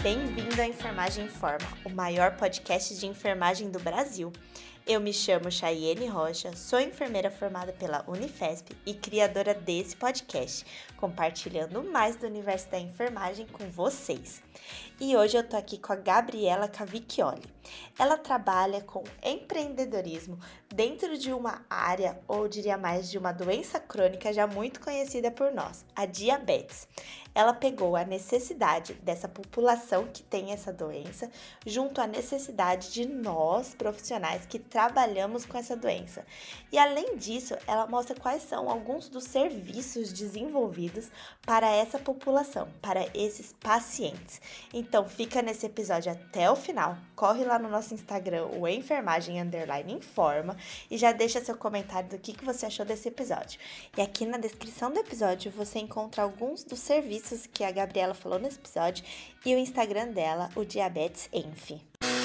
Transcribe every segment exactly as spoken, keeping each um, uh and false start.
Bem-vindo à Enfermagem Informa, o maior podcast de enfermagem do Brasil. Eu me chamo Chayene Rocha, sou enfermeira formada pela Unifesp e criadora desse podcast, compartilhando mais do universo da enfermagem com vocês. E hoje eu tô aqui com a Gabriela Cavicchioli. Ela trabalha com empreendedorismo dentro de uma área, ou diria mais, de uma doença crônica já muito conhecida por nós, a diabetes. Ela pegou a necessidade dessa população que tem essa doença, junto à necessidade de nós, profissionais, que trabalhamos com essa doença. E além disso, ela mostra quais são alguns dos serviços desenvolvidos para essa população, para esses pacientes. Então fica nesse episódio até o final, corre lá no nosso Instagram, o enfermagem underline informa, e já deixa seu comentário do que, que você achou desse episódio. E aqui na descrição do episódio você encontra alguns dos serviços que a Gabriela falou nesse episódio e o Instagram dela, o Diabetes Enf.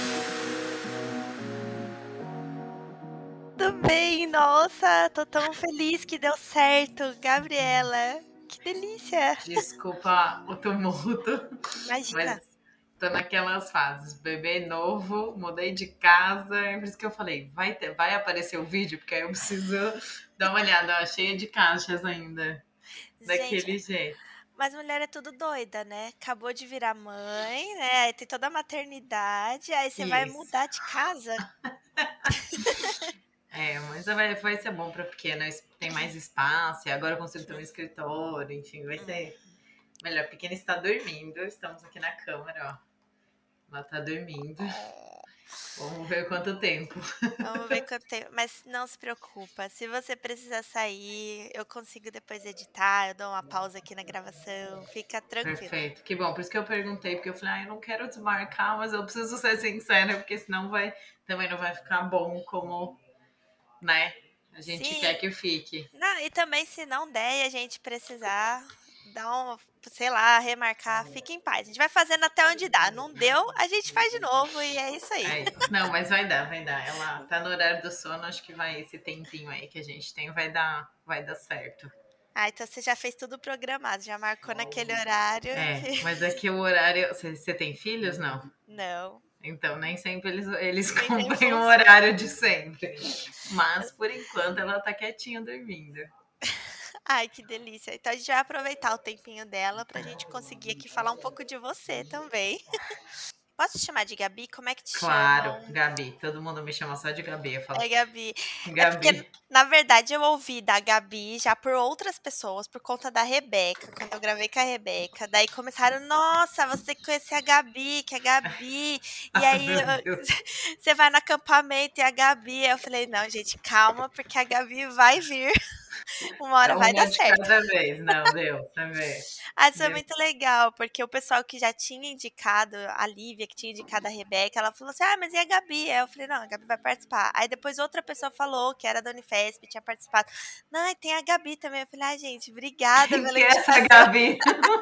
Tudo bem? Nossa, tô tão feliz que deu certo, Gabriela. Que delícia! Desculpa o tumulto. Imagina. Mas tô naquelas fases. Bebê novo, mudei de casa. É por isso que eu falei, vai, ter, vai aparecer o vídeo, porque aí eu preciso dar uma olhada. Ó, cheia de caixas ainda. Daquele Gente, jeito. mas mulher é tudo doida, né? Acabou de virar mãe, né? Aí tem toda a maternidade, aí você vai Isso. mudar de casa. É, mas vai, vai ser bom pra pequena. Tem mais espaço. E agora eu consigo ter um escritório. Enfim, vai ser melhor. A pequena está dormindo. Estamos aqui na câmera, ó. Ela tá dormindo. Vamos ver quanto tempo. Vamos ver quanto tempo. Mas não se preocupa. Se você precisar sair, eu consigo depois editar. Eu dou uma pausa aqui na gravação. Fica tranquilo. Perfeito. Que bom. Por isso que eu perguntei. Porque eu falei, ah, eu não quero desmarcar, mas eu preciso ser sincera. Porque senão vai, também não vai ficar bom como, né? A gente Sim. quer que fique. Não, e também se não der e a gente precisar dar um, sei lá, remarcar, fique em paz. A gente vai fazendo até onde dá. Não deu, a gente faz de novo e é isso aí. É, não, mas vai dar, vai dar. Ela tá no horário do sono, acho que vai esse tempinho aí que a gente tem, vai dar, vai dar certo. Ah, então você já fez tudo programado, já marcou naquele horário. É, mas aqui o horário. Você, você tem filhos? Não. Não. Então, nem sempre eles, eles Nem tem cumprem o função. horário de sempre. Mas, por enquanto, ela tá quietinha dormindo. Ai, que delícia. Então a gente vai aproveitar o tempinho dela pra gente conseguir aqui falar um pouco de você também. Posso te chamar de Gabi? Como é que te Claro, chamam? Gabi. Todo mundo me chama só de Gabi. Eu falo, É Gabi. É porque, Gabi. na verdade, eu ouvi da Gabi já por outras pessoas, por conta da Rebeca, quando eu gravei com a Rebeca. Daí começaram, nossa, você tem que conhecer a Gabi, que é a Gabi. E Ai, aí meu eu- Deus. você vai no acampamento e a Gabi. Eu falei, não, gente, calma, porque a Gabi vai vir. Uma É hora vai uma dar de certo. cada vez. Não, deu, também. Ah, isso é Deu. muito legal, porque o pessoal que já tinha indicado, a Lívia, que tinha indicado a Rebeca, ela falou assim: ah, mas e a Gabi? Aí eu falei: não, a Gabi vai participar. Aí depois outra pessoa falou que era da Unifesp, tinha participado. Não, e tem a Gabi também. Eu falei: ah, gente, obrigada Quem pela que é essa indicação. Gabi?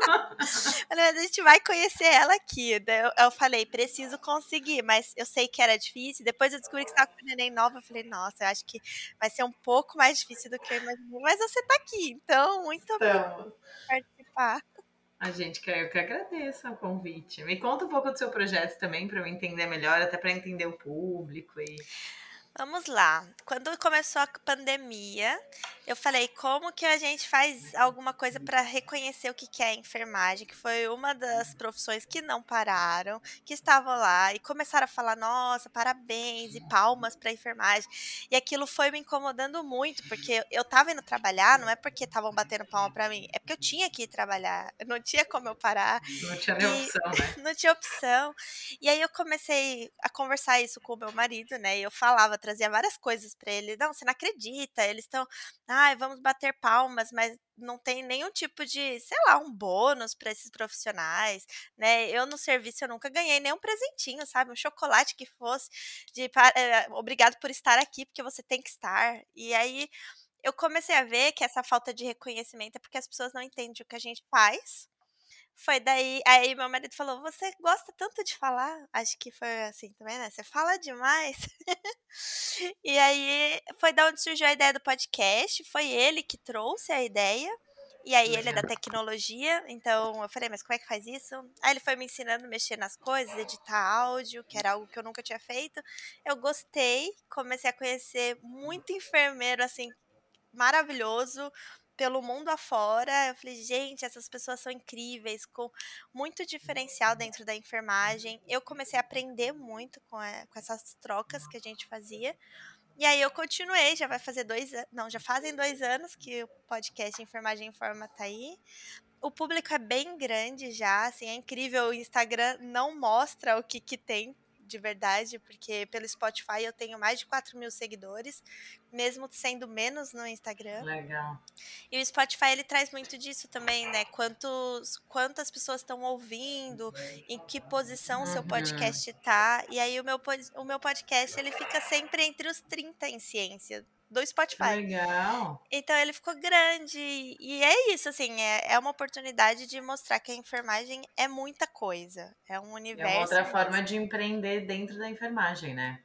Falei, mas a gente vai conhecer ela aqui. Daí Eu, eu falei: preciso conseguir, mas eu sei que era difícil. Depois eu descobri que você estava com a neném nova. Eu falei: nossa, eu acho que vai ser um pouco mais difícil do que eu imaginei. Mas você tá aqui, então, muito obrigada Estamos. por participar. A gente quer, eu que agradeço o convite. Me conta um pouco do seu projeto também, para eu entender melhor, até para entender o público. E... Vamos lá. Quando começou a pandemia, eu falei como que a gente faz alguma coisa para reconhecer o que que é enfermagem, que foi uma das profissões que não pararam, que estavam lá e começaram a falar: "Nossa, parabéns" e palmas para enfermagem. E aquilo foi me incomodando muito, porque eu estava indo trabalhar, não é porque estavam batendo palma para mim, é porque eu tinha que ir trabalhar. Eu não tinha como eu parar Não tinha nem e opção, né? não tinha opção. E aí eu comecei a conversar isso com o meu marido, né, e eu falava, trazia várias coisas pra ele: "Não, você não acredita, eles estão, ai, vamos bater palmas, mas não tem nenhum tipo de, sei lá, um bônus para esses profissionais", né. Eu no serviço eu nunca ganhei nenhum presentinho, sabe, um chocolate que fosse de pa eh, "Obrigado por estar aqui, porque você tem que estar". E aí eu comecei a ver que essa falta de reconhecimento é porque as pessoas não entendem o que a gente faz. Foi daí aí meu marido falou: "Você gosta tanto de falar", acho que foi assim também, né, "Você fala demais". E aí foi da onde surgiu a ideia do podcast, foi ele que trouxe a ideia, E aí ele é da Legal. tecnologia, então eu falei, mas como é que faz isso? Aí ele foi me ensinando a mexer nas coisas, editar áudio, que era algo que eu nunca tinha feito. Eu gostei, comecei a conhecer muito enfermeiro, assim, maravilhoso, pelo mundo afora. Eu falei, gente, essas pessoas são incríveis, com muito diferencial dentro da enfermagem. Eu comecei a aprender muito com, a- com essas trocas que a gente fazia. E aí eu continuei, já vai fazer dois anos, não, já fazem dois anos que o podcast Enfermagem em Forma tá aí. O público é bem grande já, assim, é incrível, o Instagram não mostra o que que tem de verdade, porque pelo Spotify eu tenho mais de quatro mil seguidores, mesmo sendo menos no Instagram. Legal. E o Spotify ele traz muito disso também, né? Quantos, quantas pessoas estão ouvindo, em que posição o seu Uhum. podcast tá. E aí o meu, pod- o meu podcast ele fica sempre entre os trinta em ciência do Que Spotify. legal. Então ele ficou grande. E é isso, assim, é, é uma oportunidade de mostrar que a enfermagem é muita coisa. É um É uma universo outra imenso. forma de empreender dentro da enfermagem, né?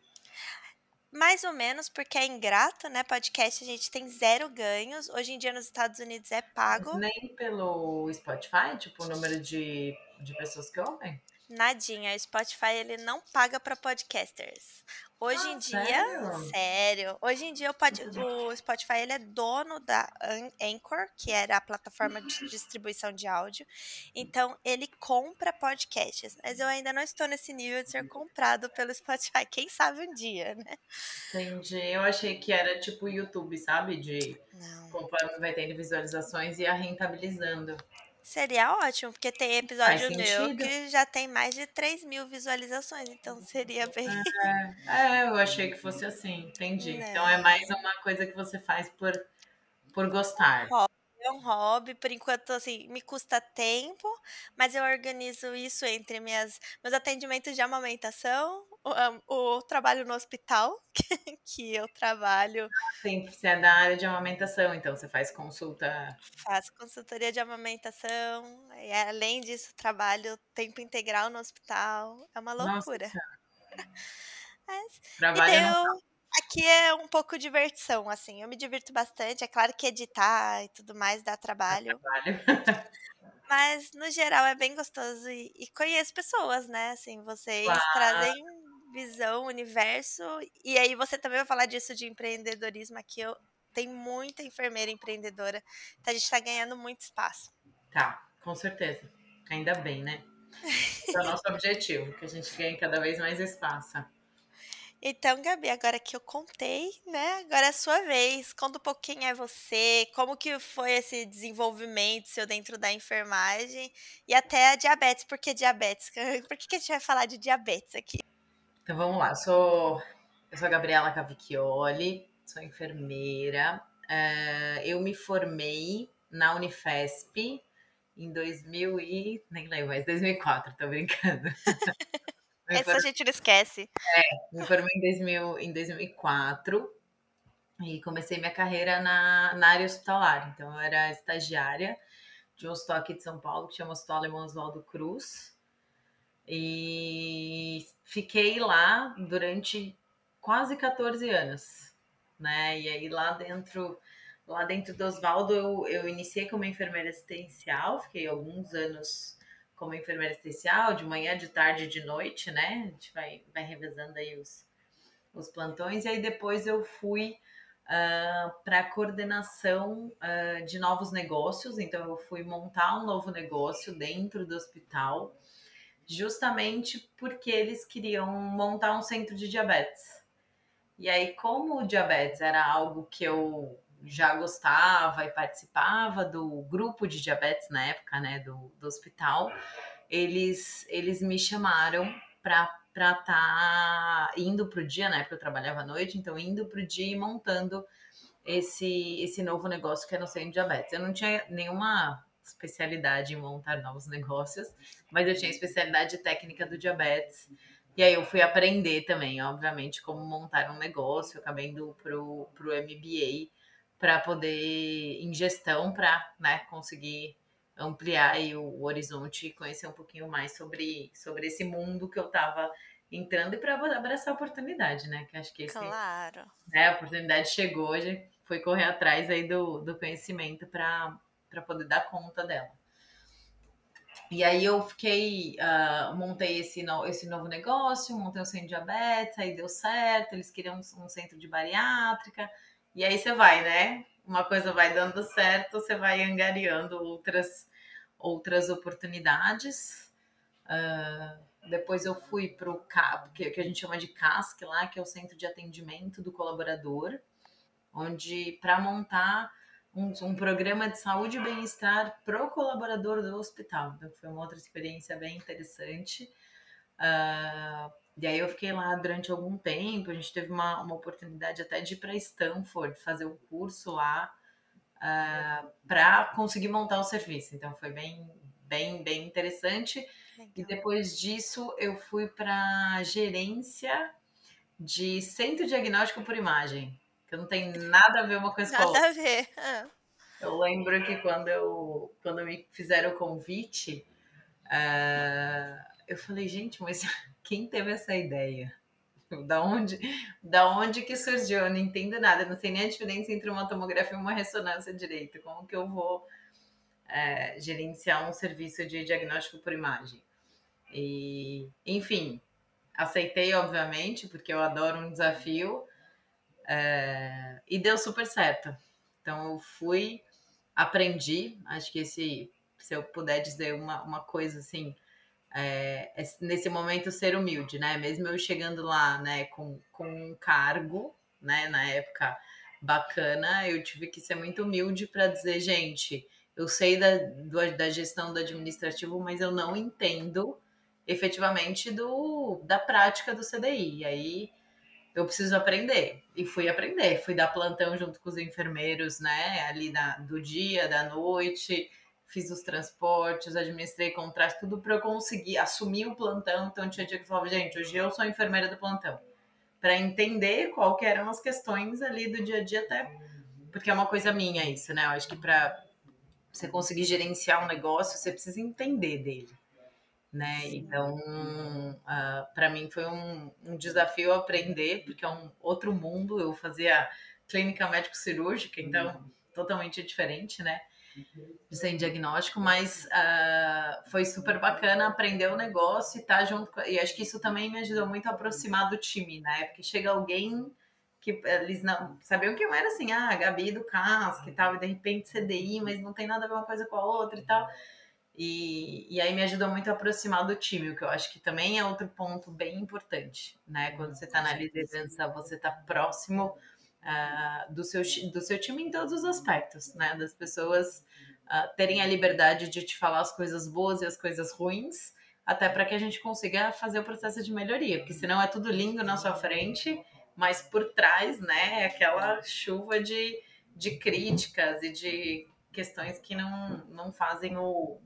Mais ou menos, porque é ingrato, né? Podcast a gente tem zero ganhos. Hoje em dia nos Estados Unidos é Mas pago. nem pelo Spotify, tipo, o número de, de pessoas que ouvem? Nadinha, o Spotify ele não paga para podcasters. Hoje Ah, em dia, sério? sério, hoje em dia o, pod- o Spotify ele é dono da An- Anchor, que era a plataforma de distribuição de áudio. Então ele compra podcasts, mas eu ainda não estou nesse nível de ser comprado pelo Spotify. Quem sabe um dia, né? Entendi. Eu achei que era tipo o YouTube, sabe? De Não. conforme vai tendo visualizações e a rentabilizando. Seria ótimo, porque tem Faz episódio meu sentido. que já tem mais de três mil visualizações, então seria bem. É, eu achei que fosse assim, entendi. Então é mais Não. uma coisa que você faz por, por gostar. Hobby, é um hobby, por enquanto, assim, me custa tempo, mas eu organizo isso entre minhas meus atendimentos de amamentação, o am o trabalho no hospital, que eu trabalho, Sim, você é da área de amamentação, então você faz consulta. faço consultoria de amamentação, e além disso trabalho tempo integral no hospital, é uma Nossa loucura. Senhora, Mas e trabalho não tenho aqui é um pouco diversão, assim, eu me divirto bastante, é claro que editar e tudo mais dá trabalho. trabalho. Mas no geral é bem gostoso e e conheço pessoas, né, assim, vocês Claro, trazem visão, universo, e aí você também vai falar disso de empreendedorismo aqui, eu tem muita enfermeira empreendedora, então a gente tá ganhando muito espaço. tá, com certeza. Ainda bem, né? Esse é o nosso objetivo, que a gente ganhe cada vez mais espaço. Então, Gabi, agora que eu contei, né, agora é a sua vez. Conta um pouco quem é você, como que foi esse desenvolvimento seu dentro da enfermagem e até a diabetes. Por que diabetes? Por que que a gente vai falar de diabetes aqui? Então vamos lá, eu sou, eu sou a Gabriela Cavicchioli, sou enfermeira. Eh, eu me formei na Unifesp em dois mil e, nem lembro mais, dois mil e quatro, tô brincando. Me Essa a formei, gente não esquece. me formei em dois mil, em dois mil e quatro e comecei minha carreira na, na área hospitalar. Então eu era estagiária de um hospital aqui de São Paulo que chama Hospital Alemão Oswaldo Cruz. E fiquei lá durante quase quatorze anos, né? E aí lá dentro, lá dentro do Oswaldo eu, eu iniciei como enfermeira assistencial, fiquei alguns anos como enfermeira assistencial, de manhã, de tarde e de noite, né? A gente vai, vai revezando aí os, os plantões, e aí depois eu fui uh, para a coordenação uh, de novos negócios, então eu fui montar um novo negócio dentro do hospital, justamente porque eles queriam montar um centro de diabetes. E aí, como o diabetes era algo que eu já gostava e participava do grupo de diabetes na época, né, do, do hospital, eles, eles me chamaram para para estar tá indo para o dia, né? Porque eu trabalhava à noite, então indo para o dia e montando esse, esse novo negócio que é no centro de diabetes. Eu não tinha nenhuma especialidade em montar novos negócios, mas eu tinha especialidade técnica do diabetes. E aí eu fui aprender também, obviamente, como montar um negócio. Eu acabei indo pro, pro M B A para poder, em gestão, para, né, conseguir ampliar aí o, o horizonte e conhecer um pouquinho mais sobre, sobre esse mundo que eu estava entrando e para abraçar a oportunidade, né? Que acho que esse, Claro. né, a oportunidade chegou, hoje foi correr atrás aí do, do conhecimento para para poder dar conta dela. E aí eu fiquei, uh, montei esse, no, esse novo negócio, montei um centro de diabetes, aí deu certo, eles queriam um, um centro de bariátrica, e aí você vai, né? Uma coisa vai dando certo, você vai angariando outras, outras oportunidades. Uh, depois eu fui para o C A P, que, que a gente chama de C A S C lá, que é o Centro de Atendimento do Colaborador, onde para montar um, um programa de saúde e bem-estar para o colaborador do hospital. Então foi uma outra experiência bem interessante. Uh, e aí eu fiquei lá durante algum tempo, a gente teve uma, uma oportunidade até de ir para Stanford, fazer um curso lá uh, para conseguir montar o serviço. Então foi bem, bem, bem interessante. Legal. E depois disso eu fui para gerência de centro diagnóstico por imagem, que não tem nada a ver uma coisa com a outra. Nada a ver. Ah. Eu lembro que quando, eu, quando me fizeram o convite, uh, eu falei, gente, mas quem teve essa ideia? Da onde, da onde que surgiu? Eu não entendo nada, eu não sei nem a diferença entre uma tomografia e uma ressonância direito. Como que eu vou é, gerenciar um serviço de diagnóstico por imagem? E, enfim, aceitei, obviamente, porque eu adoro um desafio, é, e deu super certo. Então, eu fui, aprendi, acho que esse, se eu puder dizer uma, uma coisa assim, é, é, nesse momento ser humilde, né? Mesmo eu chegando lá, né, com, com um cargo, né, na época bacana, eu tive que ser muito humilde para dizer, gente, eu sei da, do, da gestão do administrativo, mas eu não entendo efetivamente do, da prática do C D I. E aí eu preciso aprender. E fui aprender, fui dar plantão junto com os enfermeiros, né? Ali na, do dia, da noite, fiz os transportes, administrei contratos, tudo para eu conseguir assumir o plantão. Então tinha dia que eu falava, gente, hoje eu sou enfermeira do plantão. Para entender qual que eram as questões ali do dia a dia, até porque é uma coisa minha isso, né? Eu acho que para você conseguir gerenciar um negócio, você precisa entender dele. Né? Então, uh, para mim foi um, um desafio aprender, porque é um outro mundo. Eu fazia clínica médico-cirúrgica, então totalmente diferente, né? Sem diagnóstico, mas uh, foi super bacana aprender o negócio e estar tá junto. Com, e acho que isso também me ajudou muito a aproximar do time, né? Porque chega alguém que eles não sabiam que eu era assim, ah, Gabi do C A S, que tal, e de repente C D I, mas não tem nada a ver uma coisa com a outra e tal. E, e aí me ajudou muito a aproximar do time, o que eu acho que também é outro ponto bem importante, né? Quando você está na liderança, você está próximo uh, do, seu, do seu time em todos os aspectos, né? Das pessoas uh, terem a liberdade de te falar as coisas boas e as coisas ruins, até para que a gente consiga fazer o processo de melhoria, porque senão é tudo lindo na sua frente, mas por trás, né, é aquela chuva de, de críticas e de questões que não, não fazem o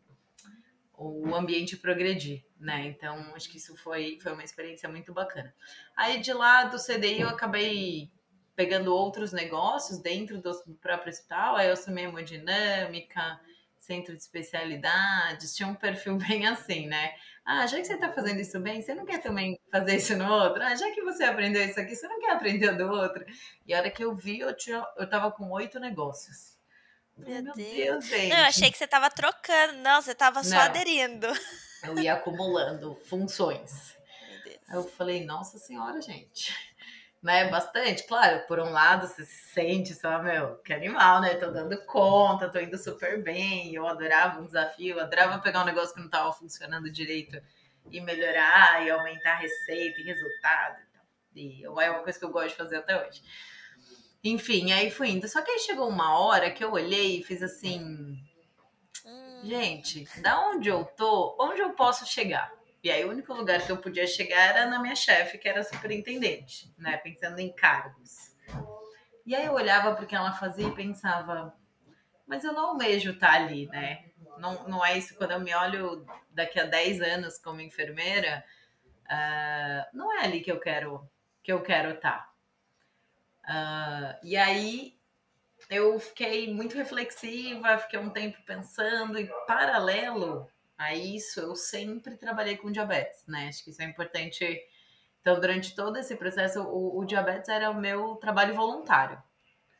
o ambiente progredir, né? Então, acho que isso foi, foi uma experiência muito bacana. Aí, de lá do C D I, eu acabei pegando outros negócios dentro do próprio hospital. Aí eu assumi hemodinâmica, centro de especialidades, tinha um perfil bem assim, né? Ah, já que você tá fazendo isso bem, você não quer também fazer isso no outro? Ah, já que você aprendeu isso aqui, você não quer aprender do outro? E a hora que eu vi, eu, tinha, eu tava com oito negócios. Meu, Meu Deus. Deus, gente. Não, eu achei que você tava trocando. Não, você tava só não. aderindo. Eu ia acumulando funções. Meu Deus. Aí eu falei, nossa senhora, gente. Né, bastante, claro, por um lado você se sente só, meu, que animal, né? Tô dando conta, tô indo super bem. Eu adorava um desafio, eu adorava pegar um negócio que não tava funcionando direito e melhorar e aumentar a receita e resultado e tal. E é uma coisa que eu gosto de fazer até hoje. Enfim, aí fui indo. Só que aí chegou uma hora que eu olhei e fiz assim, hum. gente, da onde eu tô, onde eu posso chegar? E aí o único lugar que eu podia chegar era na minha chefe, que era superintendente, né? Pensando em cargos. E aí eu olhava para o que ela fazia e pensava, mas eu não almejo estar ali, né? Não, não é isso, quando eu me olho daqui a dez anos como enfermeira, uh, não é ali que eu quero que eu quero estar. Uh, e aí eu fiquei muito reflexiva, fiquei um tempo pensando, e paralelo a isso, eu sempre trabalhei com diabetes, né? Acho que isso é importante. Então, durante todo esse processo, o, o diabetes era o meu trabalho voluntário.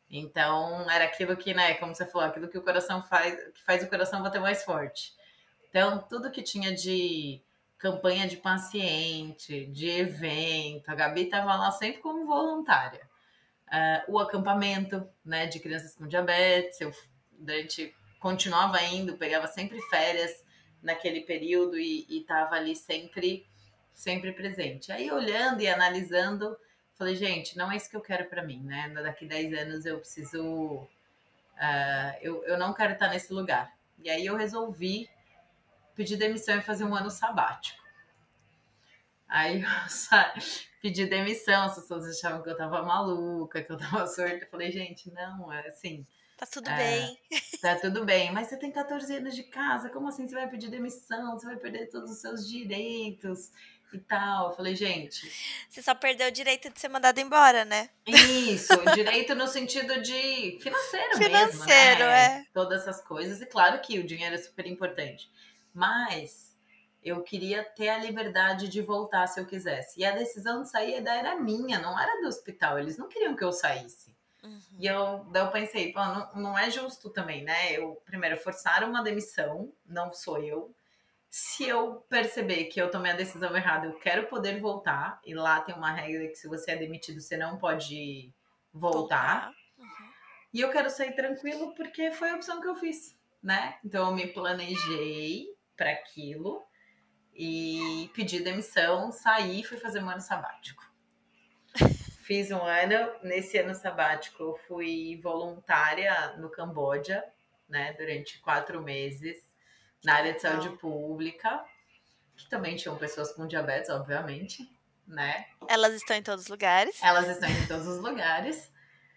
Então, era aquilo que, né, como você falou, aquilo que o coração faz, que faz o coração bater mais forte. Então, tudo que tinha de campanha de paciente, de evento, a Gabi estava lá sempre como voluntária. Uh, o acampamento, né, de crianças com diabetes, eu durante, continuava indo, pegava sempre férias naquele período e estava ali sempre, sempre presente. Aí, olhando e analisando, falei, gente, não é isso que eu quero para mim, né? Daqui dez anos eu preciso, uh, eu, eu não quero estar nesse lugar. E aí eu resolvi pedir demissão e fazer um ano sabático. Aí eu pedi demissão, as pessoas achavam que eu tava maluca, que eu tava surda. Eu falei, gente, não, é assim. Tá tudo é, bem. Tá tudo bem, mas você tem catorze anos de casa, como assim você vai pedir demissão? Você vai perder todos os seus direitos e tal. Eu falei, gente. Você só perdeu o direito de ser mandado embora, né? Isso, direito no sentido de financeiro mesmo, Financeiro, né? é. Todas essas coisas. E claro que o dinheiro é super importante. Mas eu queria ter a liberdade de voltar se eu quisesse. E a decisão de sair era minha, não era do hospital. Eles não queriam que eu saísse. Uhum. E eu, daí eu pensei, pô, não, não é justo também, né? Eu, primeiro, forçar uma demissão, não sou eu. Se eu perceber que eu tomei a decisão errada, eu quero poder voltar. E lá tem uma regra que se você é demitido, você não pode voltar. voltar. Uhum. E eu quero sair tranquilo porque foi a opção que eu fiz, né? Então eu me planejei para aquilo e pedi demissão, saí e fui fazer um ano sabático. Fiz um ano, nesse ano sabático eu fui voluntária no Camboja, né? Durante quatro meses, na área de saúde pública. Que também tinham pessoas com diabetes, obviamente, né? Elas estão em todos os lugares. Elas estão em todos os lugares.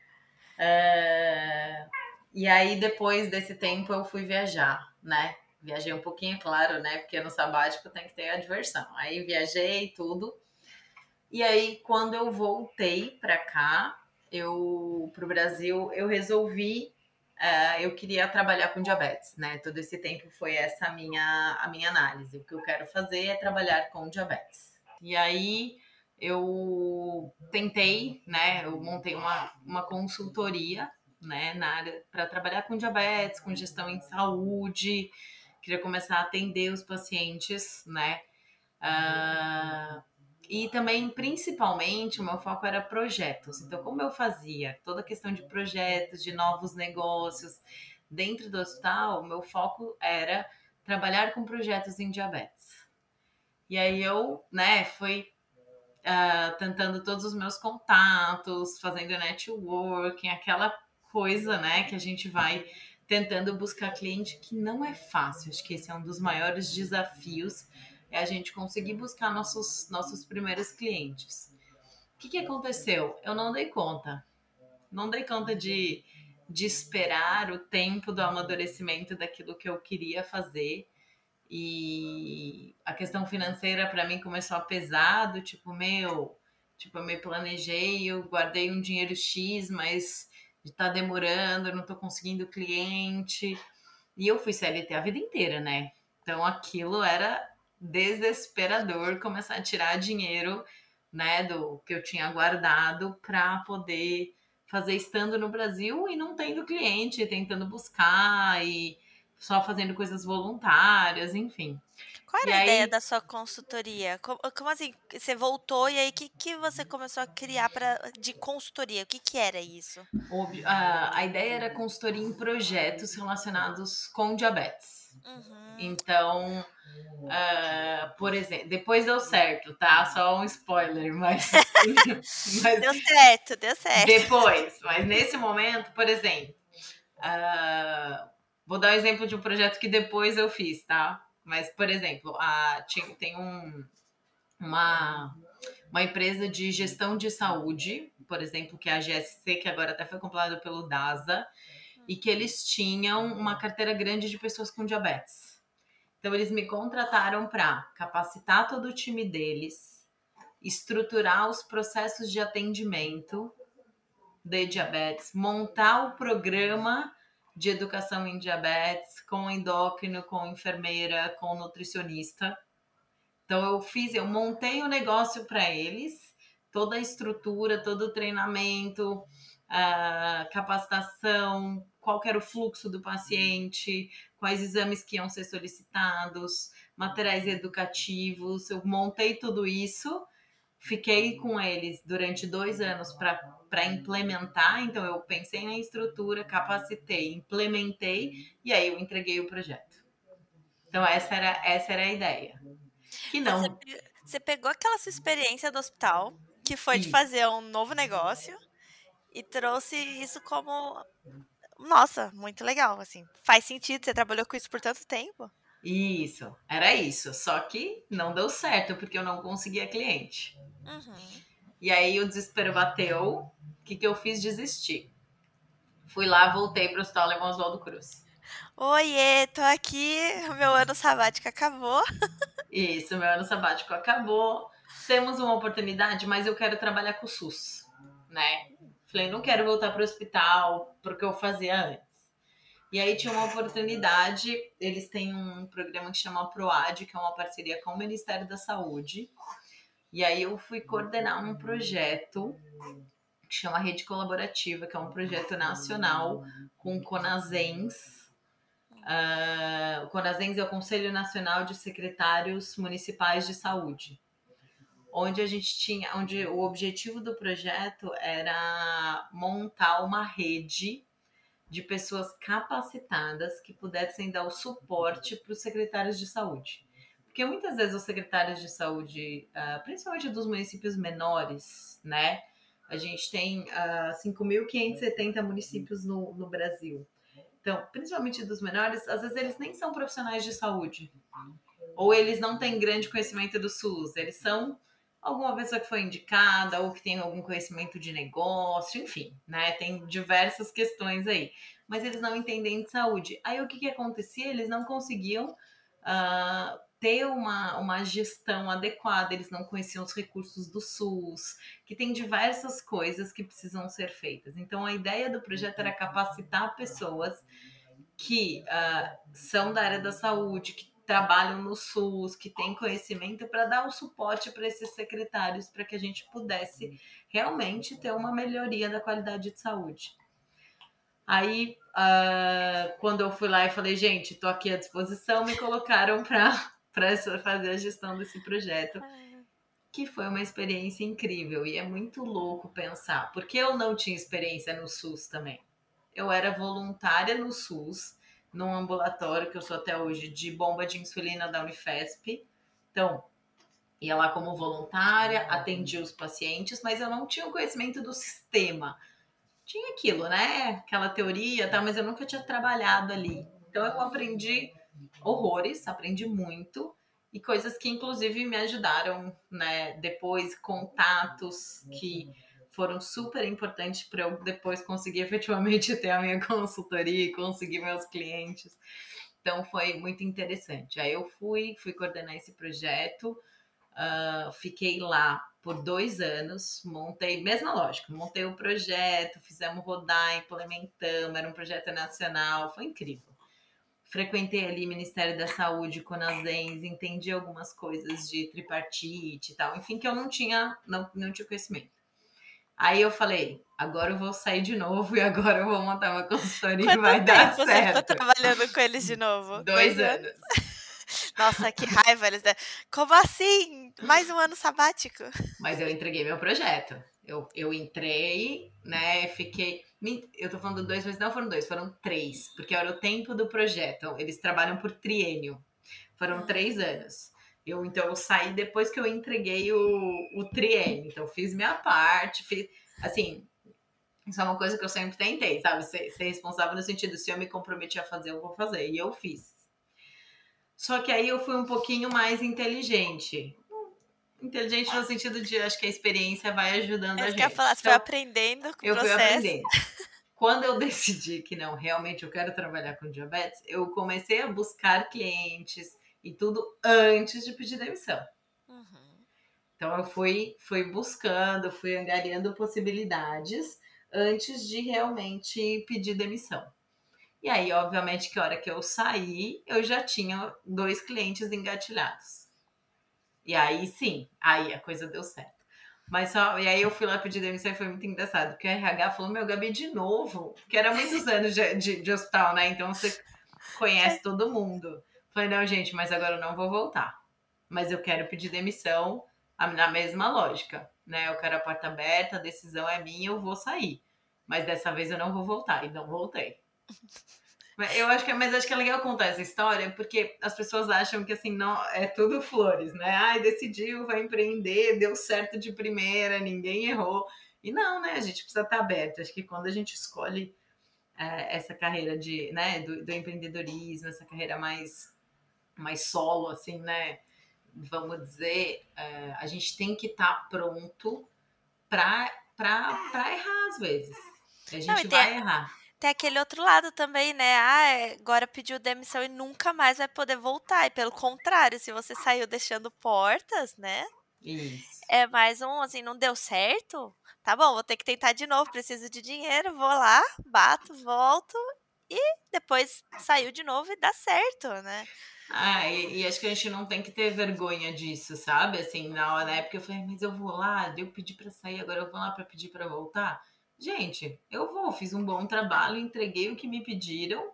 É... E aí, depois desse tempo, eu fui viajar, né? Viajei um pouquinho, claro, né? Porque no sabático tem que ter a diversão. Aí viajei tudo. E aí, quando eu voltei para cá, eu pro Brasil, eu resolvi Uh, eu queria trabalhar com diabetes, né? Todo esse tempo foi essa a minha, a minha análise. O que eu quero fazer é trabalhar com diabetes. E aí eu tentei, né? Eu montei uma, uma consultoria, né? Na área para trabalhar com diabetes, com gestão em saúde. Queria começar a atender os pacientes, né? Uh, E também, principalmente, o meu foco era projetos. Então, como eu fazia toda a questão de projetos, de novos negócios dentro do hospital, o meu foco era trabalhar com projetos em diabetes. E aí eu, né, fui uh, tentando todos os meus contatos, fazendo networking, aquela coisa, né, que a gente vai tentando buscar cliente, que não é fácil. Acho que esse é um dos maiores desafios, é a gente conseguir buscar nossos, nossos primeiros clientes. O que, que aconteceu? Eu não dei conta. Não dei conta de, de esperar o tempo do amadurecimento daquilo que eu queria fazer. E a questão financeira para mim começou a pesar, do tipo, meu, tipo, eu me planejei, eu guardei um dinheiro X, mas tá demorando, eu não tô conseguindo cliente. E eu fui C L T a vida inteira, né? Então aquilo era desesperador, começar a tirar dinheiro, né, do que eu tinha guardado para poder fazer estando no Brasil e não tendo cliente, tentando buscar e só fazendo coisas voluntárias, enfim. Qual era e a aí, ideia da sua consultoria? Como, como assim? Você voltou e aí o que, que você começou a criar pra, de consultoria? O que, que era isso? A, a ideia era consultoria em projetos relacionados com diabetes. Uhum. Então, uh, por exemplo, depois deu certo, tá? Só um spoiler, mas, mas deu certo, deu certo. Depois, mas nesse momento, por exemplo, uh, vou dar um exemplo de um projeto que depois eu fiz, tá? Mas, por exemplo, a, tinha, tem um, uma, uma empresa de gestão de saúde, por exemplo, que é a G S C, que agora até foi comprada pelo DASA, e que eles tinham uma carteira grande de pessoas com diabetes. Então, eles me contrataram para capacitar todo o time deles, estruturar os processos de atendimento de diabetes, montar o programa de educação em diabetes com endócrino, com enfermeira, com nutricionista. Então, eu fiz, eu montei o negócio para eles, toda a estrutura, todo o treinamento, uh, capacitação, qual que era o fluxo do paciente, quais exames que iam ser solicitados, materiais educativos. Eu montei tudo isso, fiquei com eles durante dois anos para implementar. Então, eu pensei na estrutura, capacitei, implementei e aí eu entreguei o projeto. Então, essa era, essa era a ideia. Que Então, não... você, você pegou aquela sua experiência do hospital, que foi de Isso. fazer um novo negócio, e trouxe isso como... Nossa, muito legal, assim. Faz sentido, você trabalhou com isso por tanto tempo. Isso, era isso. Só que não deu certo, porque eu não conseguia cliente. Uhum. E aí o desespero bateu. O que, que eu fiz? Desistir. Fui lá, voltei para o Hospital Alemão Oswaldo Cruz. Oiê, tô aqui, meu ano sabático acabou. Isso, meu ano sabático acabou. Temos uma oportunidade, mas eu quero trabalhar com o SUS, né? Falei, não quero voltar para o hospital, porque eu fazia antes. E aí tinha uma oportunidade, eles têm um programa que chama PROAD, que é uma parceria com o Ministério da Saúde. E aí eu fui coordenar um projeto que chama Rede Colaborativa, que é um projeto nacional com o CONASENS. Uh, o CONASENS é o Conselho Nacional de Secretários Municipais de Saúde, onde a gente tinha, onde o objetivo do projeto era montar uma rede de pessoas capacitadas que pudessem dar o suporte para os secretários de saúde. Porque muitas vezes os secretários de saúde, uh, principalmente dos municípios menores, né? A gente tem uh, cinco mil quinhentos e setenta municípios no, no Brasil. Então, principalmente dos menores, às vezes eles nem são profissionais de saúde. Ou eles não têm grande conhecimento do SUS. Eles são alguma pessoa que foi indicada ou que tem algum conhecimento de negócio, enfim, né? Tem diversas questões aí. Mas eles não entendem de saúde. Aí o que, que acontecia? Eles não conseguiam uh, ter uma, uma gestão adequada, eles não conheciam os recursos do SUS, que tem diversas coisas que precisam ser feitas. Então, a ideia do projeto era capacitar pessoas que uh, são da área da saúde, que trabalham no SUS, que têm conhecimento para dar o suporte para esses secretários, para que a gente pudesse realmente ter uma melhoria da qualidade de saúde. Aí, uh, quando eu fui lá e falei, gente, estou aqui à disposição, me colocaram para fazer a gestão desse projeto, que foi uma experiência incrível. E é muito louco pensar, porque eu não tinha experiência no SUS também. Eu era voluntária no SUS, num ambulatório que eu sou até hoje, de bomba de insulina da Unifesp. Então, ia lá como voluntária, atendia os pacientes, mas eu não tinha o conhecimento do sistema. Tinha aquilo, né? Aquela teoria, tá? Mas eu nunca tinha trabalhado ali. Então, eu aprendi horrores, aprendi muito. E coisas que, inclusive, me ajudaram, né? Depois, contatos que foram super importantes para eu depois conseguir efetivamente ter a minha consultoria e conseguir meus clientes. Então, foi muito interessante. Aí eu fui, fui coordenar esse projeto, uh, fiquei lá por dois anos, montei, mesma lógica, montei o projeto, fizemos rodar, implementamos, era um projeto nacional, foi incrível. Frequentei ali Ministério da Saúde, CONASENS, entendi algumas coisas de tripartite e tal, enfim, que eu não tinha, não, não tinha conhecimento. Aí eu falei, agora eu vou sair de novo e agora eu vou montar uma consultoria e vai dar certo. Quanto tempo você ficou trabalhando com eles de novo? Dois, Dois anos. anos. Nossa, que raiva eles deram. Como assim? Mais um ano sabático? Mas eu entreguei meu projeto. Eu, eu entrei, né, fiquei... Eu tô falando dois, mas não foram dois, foram três. Porque era o tempo do projeto. Eles trabalham por triênio. Foram hum. três anos. Eu, então, eu saí depois que eu entreguei o, o triênio. Então, fiz minha parte, fiz... Assim, isso é uma coisa que eu sempre tentei, sabe? Ser, ser responsável no sentido, se eu me comprometi a fazer, eu vou fazer. E eu fiz. Só que aí eu fui um pouquinho mais inteligente. Inteligente no sentido de, acho que a experiência vai ajudando é a gente. Que eu falar, você então, foi aprendendo com o eu processo. fui aprendendo. Quando eu decidi que não, realmente eu quero trabalhar com diabetes, eu comecei a buscar clientes e tudo antes de pedir demissão. Uhum. Então eu fui, fui buscando, fui angariando possibilidades antes de realmente pedir demissão. E aí, obviamente, que a hora que eu saí, eu já tinha dois clientes engatilhados. E aí, sim, aí a coisa deu certo. Mas só, e aí eu fui lá pedir demissão e foi muito engraçado, porque a R H falou, meu, Gabi, de novo, porque era muitos anos de, de, de hospital, né? Então você conhece todo mundo. Falei, não, gente, mas agora eu não vou voltar. Mas eu quero pedir demissão na mesma lógica, né? Eu quero a porta aberta, a decisão é minha, eu vou sair. Mas dessa vez eu não vou voltar, e não voltei. Eu acho que, é, mas acho que é legal contar essa história, porque as pessoas acham que assim, não, é tudo flores, né? Ai, decidiu, vai empreender, deu certo de primeira, ninguém errou. E não, né? A gente precisa estar aberto. Acho que quando a gente escolhe é, essa carreira de, né, do, do empreendedorismo, essa carreira mais, mais solo, assim, né? Vamos dizer, é, a gente tem que estar pronto para errar às vezes. A Não, e gente tem, vai errar. tem aquele outro lado também, né? Ah, é, agora pediu demissão e nunca mais vai poder voltar. E pelo contrário, se você saiu deixando portas, né? Isso. É mais um, assim, não deu certo? Tá bom, vou ter que tentar de novo, preciso de dinheiro, vou lá, bato, volto e depois saiu de novo e dá certo, né? Ah, e, e acho que a gente não tem que ter vergonha disso, sabe? Assim, na hora, na época eu falei, mas eu vou lá, eu pedi pra sair, agora eu vou lá pra pedir pra voltar. Gente, eu vou, fiz um bom trabalho, entreguei o que me pediram.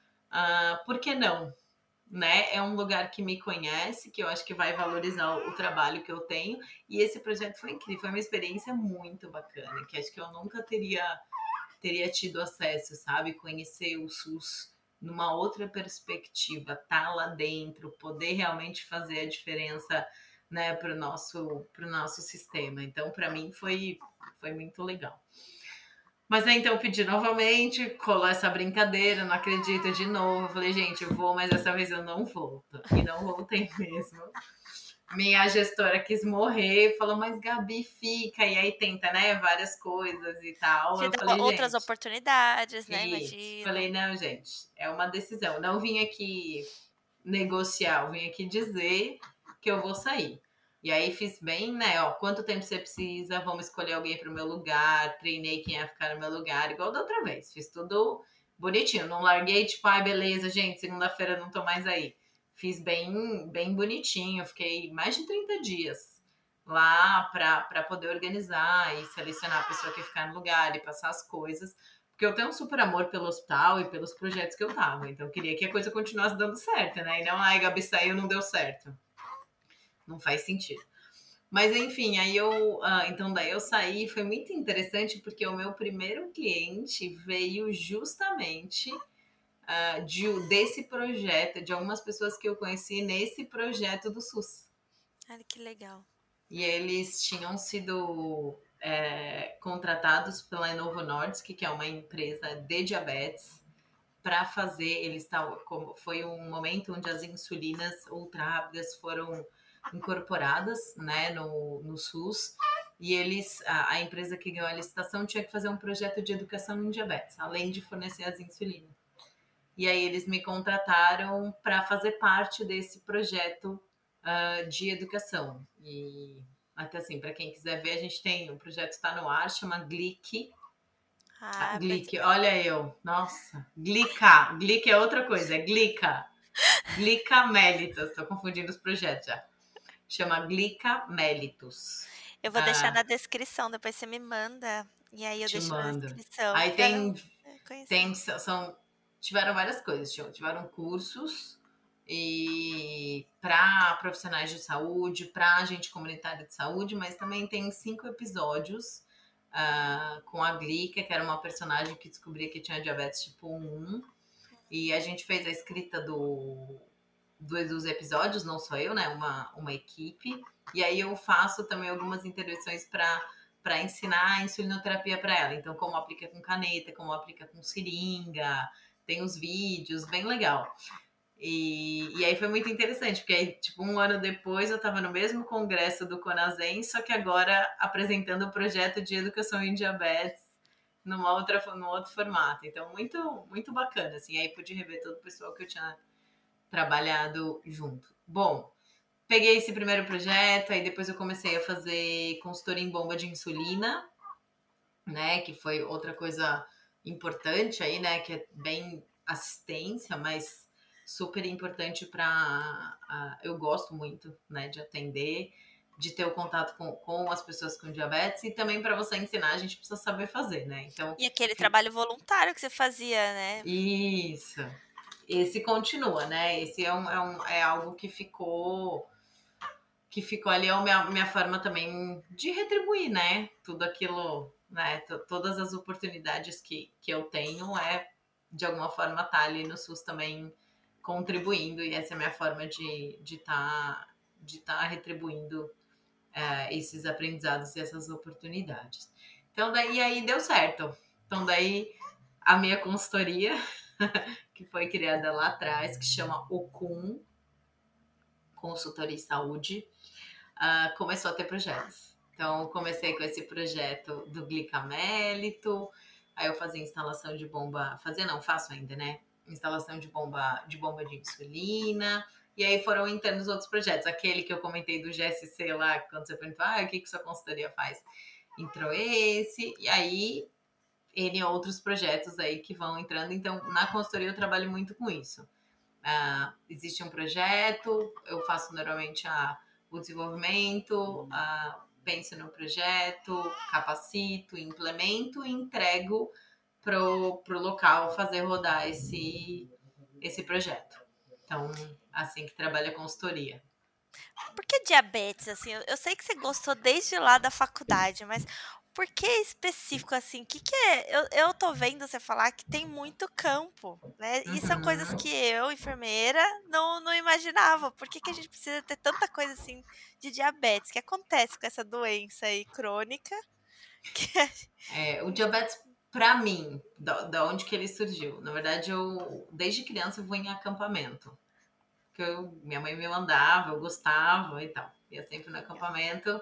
Ah, por que não? Né? É um lugar que me conhece, que eu acho que vai valorizar o, o trabalho que eu tenho. E esse projeto foi incrível, foi uma experiência muito bacana, que acho que eu nunca teria teria tido acesso, sabe? Conhecer o SUS numa outra perspectiva, tá lá dentro, poder realmente fazer a diferença, né, para o nosso, pro nosso sistema. Então, para mim, foi, foi muito legal. Mas aí, então, eu pedi novamente, colou essa brincadeira, não acredito de novo. Eu falei, gente, eu vou, mas dessa vez eu não volto. E não voltei mesmo. Minha gestora quis morrer, falou, mas Gabi, fica. E aí tenta, né, várias coisas e tal. Te Eu dá falei, outras gente, oportunidades, né? isso. Imagino. Falei, não, gente, é uma decisão. Eu não vim aqui negociar, eu vim aqui dizer que eu vou sair. E aí fiz bem, né? Ó, quanto tempo você precisa? Vamos escolher alguém para o meu lugar. Treinei quem ia ficar no meu lugar, igual da outra vez. Fiz tudo bonitinho. Não larguei, tipo, ai, beleza, gente, segunda-feira não tô mais aí. Fiz bem, bem bonitinho. Fiquei mais de trinta dias lá para poder organizar e selecionar a pessoa que ia ficar no lugar e passar as coisas. Porque eu tenho um super amor pelo hospital e pelos projetos que eu tava. Então eu queria que a coisa continuasse dando certo, né? E não, ai, Gabi saiu, não deu certo. Não faz sentido. Mas enfim, aí eu. Ah, então daí eu saí, foi muito interessante porque o meu primeiro cliente veio justamente ah, de, desse projeto, de algumas pessoas que eu conheci nesse projeto do SUS. Olha que legal. E eles tinham sido é, contratados pela Novo Nordisk, que é uma empresa de diabetes, para fazer. Eles estavam, foi um momento onde as insulinas ultra rápidas foram incorporadas, né, no, no SUS. E eles, a, a empresa que ganhou a licitação tinha que fazer um projeto de educação em diabetes, além de fornecer as insulinas. E aí eles me contrataram para fazer parte desse projeto uh, de educação. E até assim, para quem quiser ver, a gente tem, o projeto está no ar, chama Glic. Ah, Ah, pra... Glic, olha eu, nossa, Glica, Glic é outra coisa, é Glica, Glica Mellitus, tô confundindo os projetos já. Chama Glica Mellitus. Eu vou deixar Ah, na descrição, depois você me manda. E aí eu te deixo na mando. descrição Aí pra tem, conhecer. tem, são, tiveram várias coisas, tiveram cursos e para profissionais de saúde, para agente comunitário de saúde, mas também tem cinco episódios uh, com a Glica, que era uma personagem que descobria que tinha diabetes tipo um, e a gente fez a escrita do, do dos episódios, não só eu, né? Uma, uma equipe. E aí eu faço também algumas intervenções para para ensinar a insulinoterapia para ela. Então, como aplica com caneta, como aplica com seringa, tem os vídeos, bem legal. E, e aí foi muito interessante, porque aí, tipo, um ano depois eu estava no mesmo congresso do Conasem, só que agora apresentando o projeto de educação em diabetes numa outra, num outro formato. Então, muito, muito bacana, assim. Aí pude rever todo o pessoal que eu tinha trabalhado junto. Bom, peguei esse primeiro projeto, aí depois eu comecei a fazer consultoria em bomba de insulina, né, que foi outra coisa importante aí, né, que é bem assistência, mas super importante para... Uh, eu gosto muito, né, de atender de ter o contato com, com as pessoas com diabetes, e também para você ensinar, a gente precisa saber fazer, né? Então, E aquele trabalho voluntário que você fazia, né? isso. Esse continua, né? Esse é, um, é, um, é algo que ficou que ficou ali, é a minha, minha forma também de retribuir, né? Tudo aquilo, né? T- todas as oportunidades que, que eu tenho é, de alguma forma, estar ali no SUS também contribuindo, e essa é a minha forma de de estar de tá retribuindo é, esses aprendizados e essas oportunidades. Então, daí aí deu certo. Então, daí a minha consultoria, que foi criada lá atrás, que chama Ocum, Consultoria e Saúde, uh, começou a ter projetos. Então, comecei com esse projeto do glicamélito, aí eu fazia instalação de bomba, fazia não, faço ainda, né? Instalação de bomba de, bomba de insulina, e aí foram entrando os outros projetos. Aquele que eu comentei do G S C lá, quando você perguntou, ah, o que, que sua consultoria faz? Entrou esse, e aí N outros projetos aí que vão entrando. Então, na consultoria eu trabalho muito com isso. Uh, existe um projeto, eu faço normalmente a, o desenvolvimento, uh, penso no projeto, capacito, implemento e entrego pro, pro local fazer rodar esse, esse projeto. Então, assim que trabalha a consultoria. Por que diabetes, assim? Eu, eu sei que você gostou desde lá da faculdade, mas por que específico, assim? O que que é? Eu, eu tô vendo você falar que tem muito campo, né? E são coisas Uhum. que eu, enfermeira, não, não imaginava. Por que que a gente precisa ter tanta coisa, assim, de diabetes? O que acontece com essa doença aí crônica? Que é- É, o diabetes, pra mim, da, da onde que ele surgiu? Na verdade, eu, desde criança, eu vou em acampamento. Que eu, minha mãe me mandava, eu gostava e tal. Ia sempre no acampamento.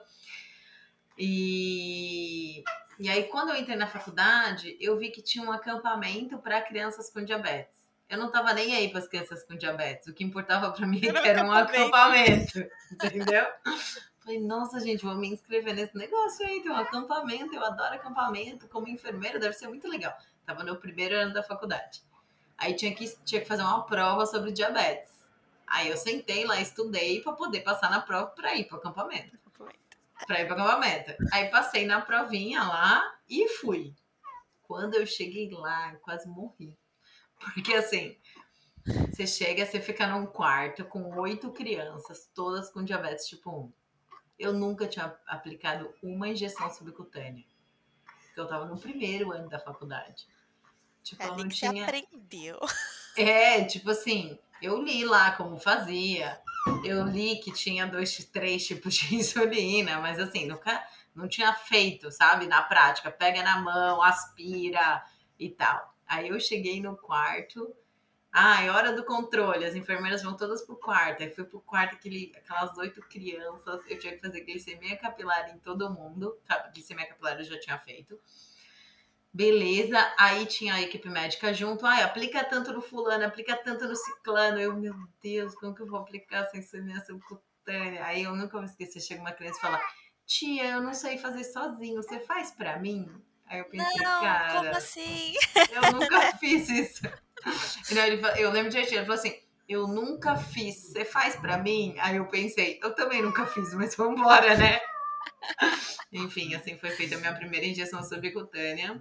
E, e aí, quando eu entrei na faculdade, eu vi que tinha um acampamento para crianças com diabetes. Eu não tava nem aí para as crianças com diabetes. O que importava para mim é Era um que era um acampamento. acampamento, entendeu? Falei, nossa, gente, vou me inscrever nesse negócio aí. Tem um acampamento, eu adoro acampamento. Como enfermeira, deve ser muito legal. Tava no primeiro ano da faculdade. Aí tinha que, tinha que fazer uma prova sobre diabetes. Aí eu sentei lá, estudei para poder passar na prova para ir para o acampamento. Para ir para o acampamento. Aí passei na provinha lá e fui. Quando eu cheguei lá, eu quase morri. Porque assim, você chega, você fica num quarto com oito crianças, todas com diabetes tipo um. Eu nunca tinha aplicado uma injeção subcutânea. Porque eu tava no primeiro ano da faculdade. Tipo, É eu ali não que você tinha. aprendeu. É, tipo assim, eu li lá como fazia. Eu li que tinha dois, três tipos de insulina, mas assim, nunca não tinha feito, sabe? Na prática, pega na mão, aspira e tal. Aí eu cheguei no quarto. Ah, é hora do controle. As enfermeiras vão todas pro quarto. Aí fui pro quarto, aquele, aquelas oito crianças. Eu tinha que fazer glicemia capilar em todo mundo. Glicemia capilar eu já tinha feito. Beleza, aí tinha a equipe médica junto. Ai, aplica tanto no fulano, aplica tanto no ciclano. Eu, meu Deus, como que eu vou aplicar sem insulina subcutânea? Aí eu nunca vou esquecer. Chega uma criança e fala: tia, eu não sei fazer sozinho, você faz pra mim? Aí eu pensei, Não, como cara, assim? eu nunca fiz isso. Eu lembro de ele falou assim: eu nunca fiz, você faz pra mim? Aí eu pensei, eu também nunca fiz, mas vambora, né? Enfim, assim foi feita a minha primeira injeção subcutânea.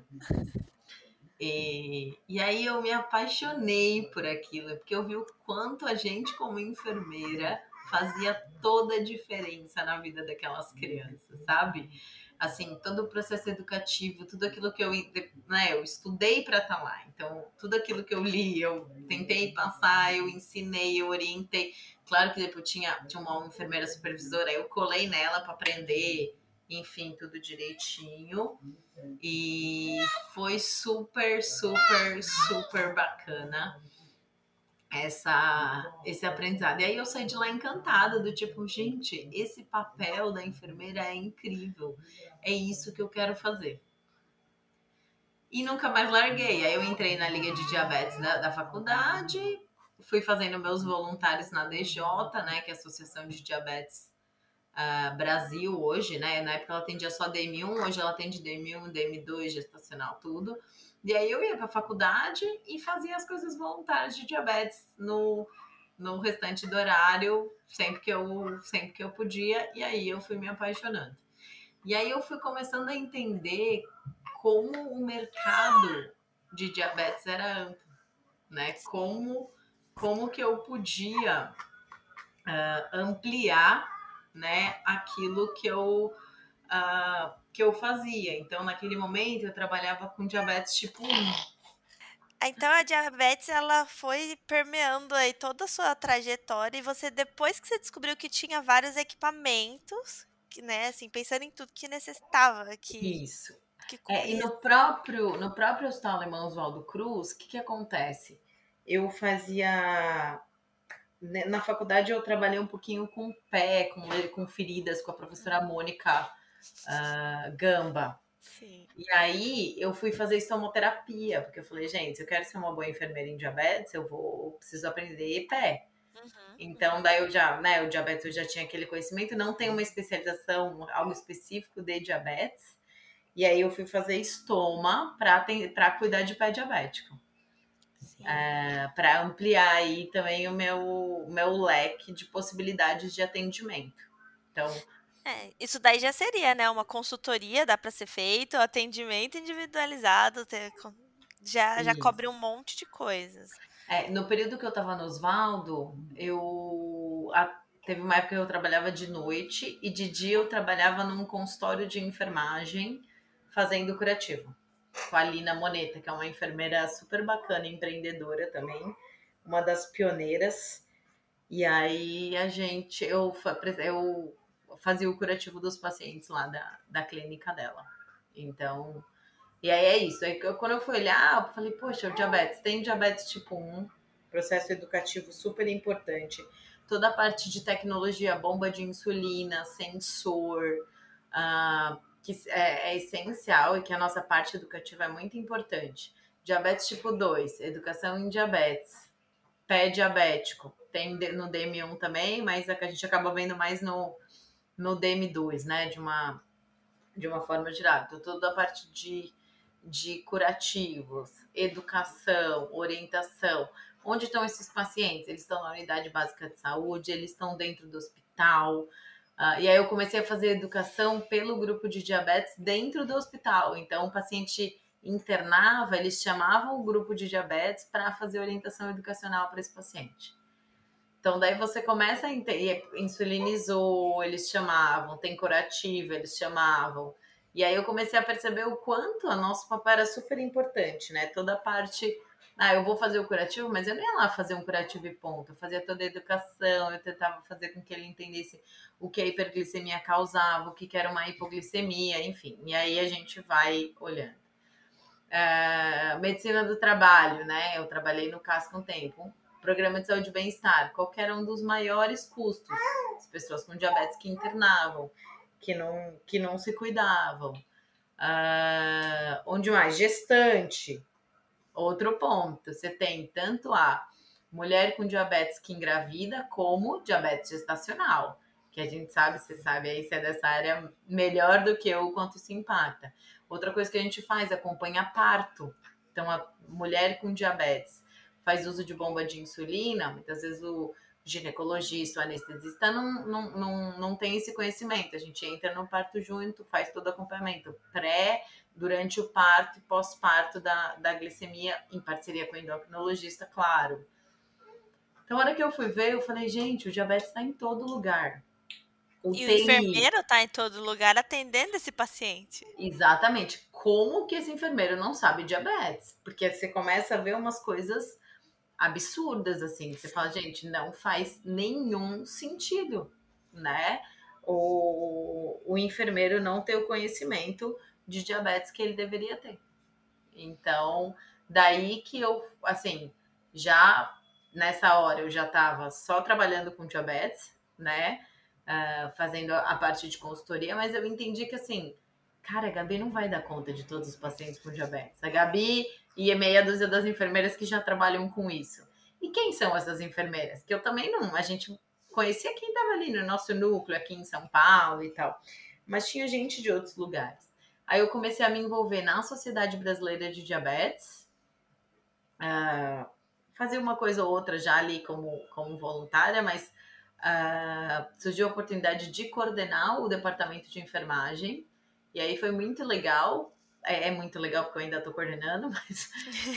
E, e aí eu me apaixonei por aquilo, porque eu vi o quanto a gente, como enfermeira, fazia toda a diferença na vida daquelas crianças, sabe? Assim, todo o processo educativo, tudo aquilo que eu, né, eu estudei para estar lá. Então, tudo aquilo que eu li, eu tentei passar, eu ensinei, eu orientei. Claro que depois tinha, tinha uma enfermeira supervisora, eu colei nela para aprender, enfim, tudo direitinho. E foi super, super, super bacana essa, esse aprendizado. E aí eu saí de lá encantada, do tipo, gente, esse papel da enfermeira é incrível. É isso que eu quero fazer. E nunca mais larguei. Aí eu entrei na Liga de Diabetes da, da faculdade, fui fazendo meus voluntários na D J, né, que é a Associação de Diabetes Uh, Brasil hoje, né? Na época ela atendia só D M um, hoje ela atende D M um, D M dois, gestacional, tudo. E aí eu ia para a faculdade e fazia as coisas voluntárias de diabetes no, no restante do horário, sempre que eu, sempre que eu podia, e aí eu fui me apaixonando. E aí eu fui começando a entender como o mercado de diabetes era amplo, né? Como, como que eu podia uh, ampliar, né, aquilo que eu, uh, que eu fazia. Então, naquele momento, eu trabalhava com diabetes tipo um. Então a diabetes ela foi permeando aí toda a sua trajetória e você depois que você descobriu que tinha vários equipamentos, que, né, assim, pensando em tudo que necessitava, que Isso. que É, e cobria. no próprio, no próprio Hospital Alemão Oswaldo Cruz, o que, que acontece? Eu fazia. Na faculdade eu trabalhei um pouquinho com o pé, com, com feridas, com a professora Mônica uh, Gamba. Sim. E aí eu fui fazer estomoterapia, porque eu falei, gente, se eu quero ser uma boa enfermeira em diabetes, eu vou eu preciso aprender pé. Uhum, Então, daí eu já, né, o diabetes eu já tinha aquele conhecimento, não tem uma especialização, algo específico de diabetes. E aí eu fui fazer estoma para cuidar de pé diabético. É, para ampliar aí também o meu, meu leque de possibilidades de atendimento. Então, é, isso daí já seria, né, uma consultoria, dá para ser feito, atendimento individualizado, ter, já, já isso. cobre um monte de coisas. É, no período que eu estava no Osvaldo, eu a, teve uma época que eu trabalhava de noite e de dia eu trabalhava num consultório de enfermagem fazendo curativo. Com a Lina Moneta, que é uma enfermeira super bacana, empreendedora também, uma das pioneiras. E aí a gente, eu, eu fazia o curativo dos pacientes lá da, da clínica dela. Então, e aí é isso. Aí quando eu fui olhar, eu falei, poxa, o diabetes, tem diabetes tipo um, processo educativo super importante. Toda a parte de tecnologia, bomba de insulina, sensor, uh, que é, é essencial e que a nossa parte educativa é muito importante. Diabetes tipo dois, educação em diabetes, pé diabético. Tem no D M um também, mas a gente acaba vendo mais no, no D M dois, né? De uma, de uma forma geral. Então, toda a parte de, de curativos, educação, orientação. Onde estão esses pacientes? Eles estão na unidade básica de saúde, eles estão dentro do hospital. Uh, e aí eu comecei a fazer educação pelo grupo de diabetes dentro do hospital. Então, o paciente internava, eles chamavam o grupo de diabetes para fazer orientação educacional para esse paciente. Então, daí você começa a entender, insulinizou, eles chamavam, tem curativo, eles chamavam. E aí eu comecei a perceber o quanto o nosso papel era super importante, né? Toda a parte, ah, eu vou fazer o curativo, mas eu não ia lá fazer um curativo e ponto. Eu fazia toda a educação, eu tentava fazer com que ele entendesse o que a hiperglicemia causava, o que era uma hipoglicemia, enfim. E aí a gente vai olhando. É, medicina do trabalho, né? Eu trabalhei no C A S com um tempo. Programa de saúde e bem-estar, qual era um dos maiores custos? As pessoas com diabetes que internavam, que não, que não se cuidavam. Uh, onde mais? Gestante. Outro ponto, você tem tanto a mulher com diabetes que engravida, como diabetes gestacional, que a gente sabe, você sabe aí, se é dessa área, melhor do que eu, o quanto isso impacta. Outra coisa que a gente faz, acompanha parto. Então, a mulher com diabetes faz uso de bomba de insulina, muitas vezes o ginecologista, o anestesista não, não, não, não tem esse conhecimento. A gente entra no parto junto, faz todo o acompanhamento pré, durante o parto e pós-parto da, da glicemia, em parceria com o endocrinologista, claro. Então, na hora que eu fui ver, eu falei, gente, o diabetes está em todo lugar. O e o enfermeiro está em todo lugar atendendo esse paciente. Exatamente. Como que esse enfermeiro não sabe diabetes? Porque você começa a ver umas coisas absurdas, assim. Você fala, gente, não faz nenhum sentido, né? O, o enfermeiro não ter o conhecimento de diabetes que ele deveria ter. Então, daí que eu, assim, já nessa hora eu já estava só trabalhando com diabetes, né? Uh, fazendo a parte de consultoria, mas eu entendi que, assim, cara, a Gabi não vai dar conta de todos os pacientes com diabetes. A Gabi e meia dúzia das enfermeiras que já trabalham com isso. E quem são essas enfermeiras? Que eu também não, a gente conhecia quem estava ali no nosso núcleo, aqui em São Paulo e tal, mas tinha gente de outros lugares. Aí eu comecei a me envolver na Sociedade Brasileira de Diabetes, uh, fazia uma coisa ou outra já ali como, como voluntária, mas uh, surgiu a oportunidade de coordenar o departamento de enfermagem, e aí foi muito legal, é, é muito legal porque eu ainda estou coordenando, mas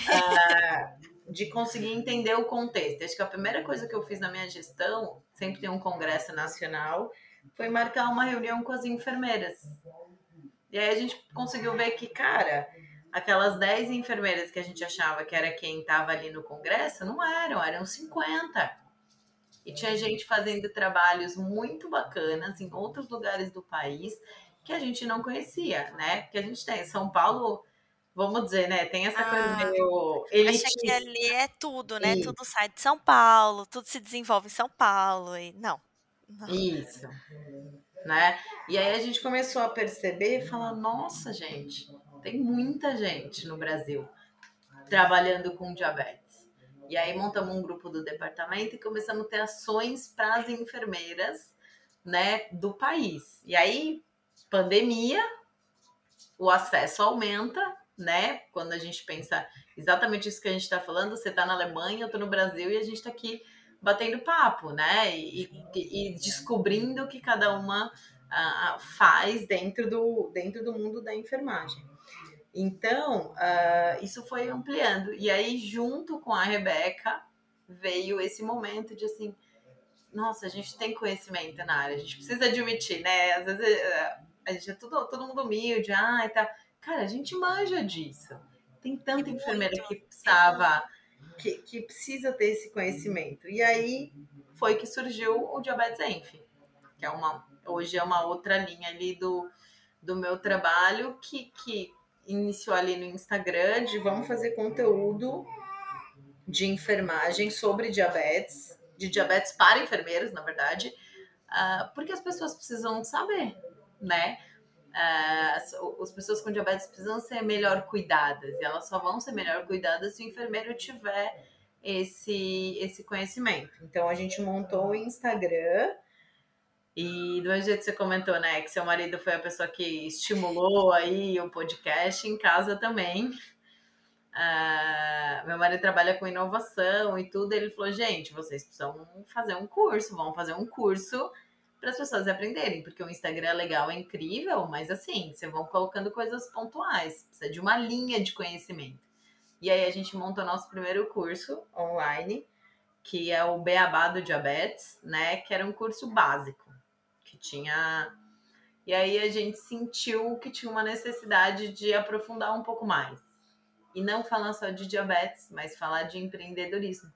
uh, de conseguir entender o contexto. Acho que a primeira coisa que eu fiz na minha gestão, sempre tem um congresso nacional, foi marcar uma reunião com as enfermeiras. E aí a gente conseguiu ver que, cara, aquelas dez enfermeiras que a gente achava que era quem estava ali no congresso, não eram, eram cinquenta. E tinha gente fazendo trabalhos muito bacanas em outros lugares do país que a gente não conhecia, né? Porque a gente tem São Paulo, vamos dizer, né? Tem essa coisa Ah, meio acha que elitista. ali é tudo, né? Isso, Tudo sai de São Paulo, tudo se desenvolve em São Paulo. E não, não. isso, né? E aí a gente começou a perceber e falar, nossa, gente, tem muita gente no Brasil trabalhando com diabetes. E aí montamos um grupo do departamento e começamos a ter ações para as enfermeiras, né, do país. E aí, pandemia, o acesso aumenta, né? Quando a gente pensa exatamente isso que a gente está falando, você está na Alemanha, eu estou no Brasil e a gente está aqui batendo papo, né? E, e, e descobrindo o que cada uma uh, faz dentro do, dentro do mundo da enfermagem. Então, uh, isso foi ampliando. E aí, junto com a Rebeca, veio esse momento de assim, nossa, a gente tem conhecimento na área, a gente precisa admitir, né? Às vezes a gente é tudo, todo mundo humilde, ah, e tá. Cara, a gente manja disso. Tem E tanta enfermeira muito, que e muito. precisava, que, que precisa ter esse conhecimento. E aí foi que surgiu o Diabetes Enf, que é uma, hoje é uma outra linha ali do, do meu trabalho que, que iniciou ali no Instagram de vamos fazer conteúdo de enfermagem sobre diabetes, de diabetes para enfermeiros, na verdade, uh, porque as pessoas precisam saber, né? Uh, as pessoas com diabetes precisam ser melhor cuidadas e elas só vão ser melhor cuidadas se o enfermeiro tiver esse, esse conhecimento. Então a gente montou o Instagram e do jeito que você comentou, né, que seu marido foi a pessoa que estimulou aí o podcast, em casa também. Uh, meu marido trabalha com inovação e tudo, ele falou, gente, vocês precisam fazer um curso, vão fazer um curso para as pessoas aprenderem, porque o Instagram é legal, é incrível, mas assim, vocês vão colocando coisas pontuais, precisa de uma linha de conhecimento. E aí a gente montou nosso primeiro curso online, que é o Beabá do Diabetes, né, que era um curso básico, que tinha... E aí a gente sentiu que tinha uma necessidade de aprofundar um pouco mais. E não falar só de diabetes, mas falar de empreendedorismo.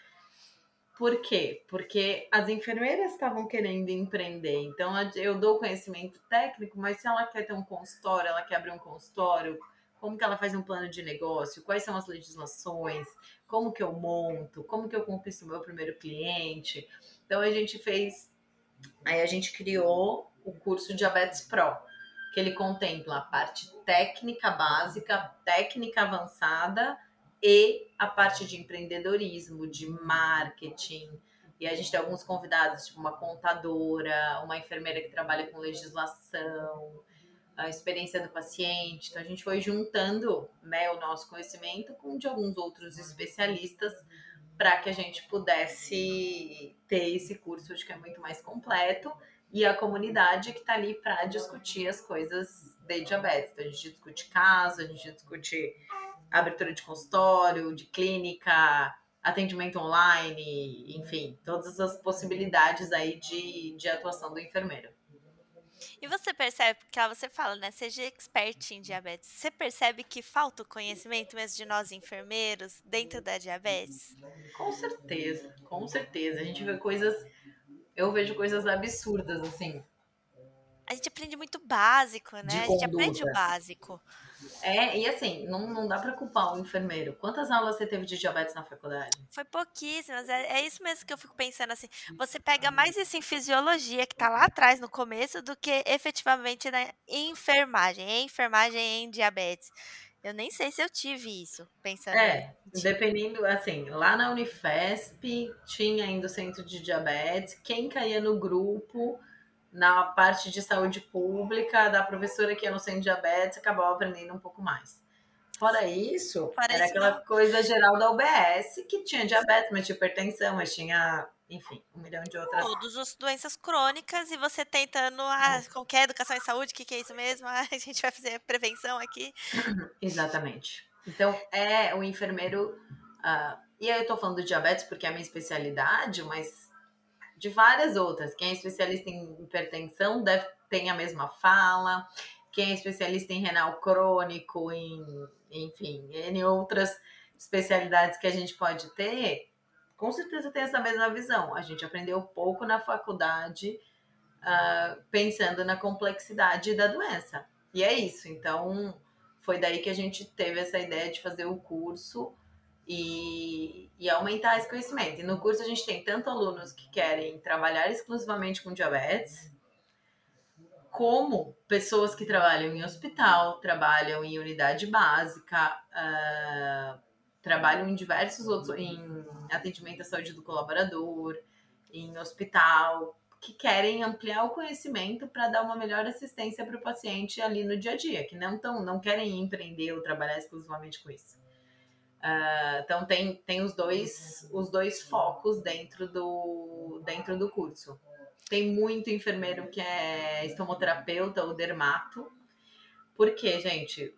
Por quê? Porque as enfermeiras estavam querendo empreender. Então, eu dou conhecimento técnico, mas se ela quer ter um consultório, ela quer abrir um consultório, como que ela faz um plano de negócio? Quais são as legislações? Como que eu monto? Como que eu conquisto o meu primeiro cliente? Então, a gente fez... Aí a gente criou o curso Diabetes Pro, que ele contempla a parte técnica básica, técnica avançada e a parte de empreendedorismo, de marketing. E a gente tem alguns convidados, tipo uma contadora, uma enfermeira que trabalha com legislação, a experiência do paciente. Então a gente foi juntando, né, o nosso conhecimento com de alguns outros especialistas para que a gente pudesse ter esse curso, acho que é muito mais completo, e a comunidade que está ali para discutir as coisas de diabetes. Então, a gente discute caso, a gente discute abertura de consultório, de clínica, atendimento online, enfim, todas as possibilidades aí de, de atuação do enfermeiro. E você percebe, porque lá você fala, né? Seja expert em diabetes. Você percebe que falta o conhecimento mesmo de nós enfermeiros dentro da diabetes? Com certeza, com certeza. A gente vê coisas, eu vejo coisas absurdas, assim. A gente aprende muito básico, De né? A gente aprende o conduta. básico. É, e assim, não, não dá para culpar o enfermeiro. Quantas aulas você teve de diabetes na faculdade? Foi pouquíssimas, é, é isso mesmo que eu fico pensando assim. Você pega mais isso em fisiologia, que tá lá atrás no começo, do que efetivamente na enfermagem, em enfermagem em diabetes. Eu nem sei se eu tive isso, pensando em É, dependendo, assim, lá na Unifesp tinha ainda o centro de diabetes. Quem caía no grupo, na parte de saúde pública, da professora que ia no centro de diabetes, acabava aprendendo um pouco mais. Fora isso, Fora era isso, aquela não. coisa geral da U B S, que tinha diabetes, mas tinha hipertensão, mas tinha, enfim, um milhão de outras. Todas as doenças crônicas e você tentando, ah, como que é educação em saúde, o que, que é isso mesmo? Ah, a gente vai fazer prevenção aqui. Exatamente. Então, é o enfermeiro. ah, e aí eu tô falando do diabetes porque é a minha especialidade, mas de várias outras. Quem é especialista em hipertensão deve ter a mesma fala. Quem é especialista em renal crônico, em, enfim, N outras especialidades que a gente pode ter, com certeza tem essa mesma visão. A gente aprendeu pouco na faculdade, uh, pensando na complexidade da doença. E é isso. Então, foi daí que a gente teve essa ideia de fazer o curso e, e aumentar esse conhecimento. E no curso a gente tem tanto alunos que querem trabalhar exclusivamente com diabetes, como pessoas que trabalham em hospital, trabalham em unidade básica, uh, trabalham em diversos outros, em atendimento à saúde do colaborador, em hospital, que querem ampliar o conhecimento para dar uma melhor assistência para o paciente ali no dia a dia, que não, tão, não querem empreender ou trabalhar exclusivamente com isso. Uh, então tem, tem os, dois, os dois focos dentro do, dentro do curso. Tem muito enfermeiro que é estomoterapeuta ou dermato. Porque, gente,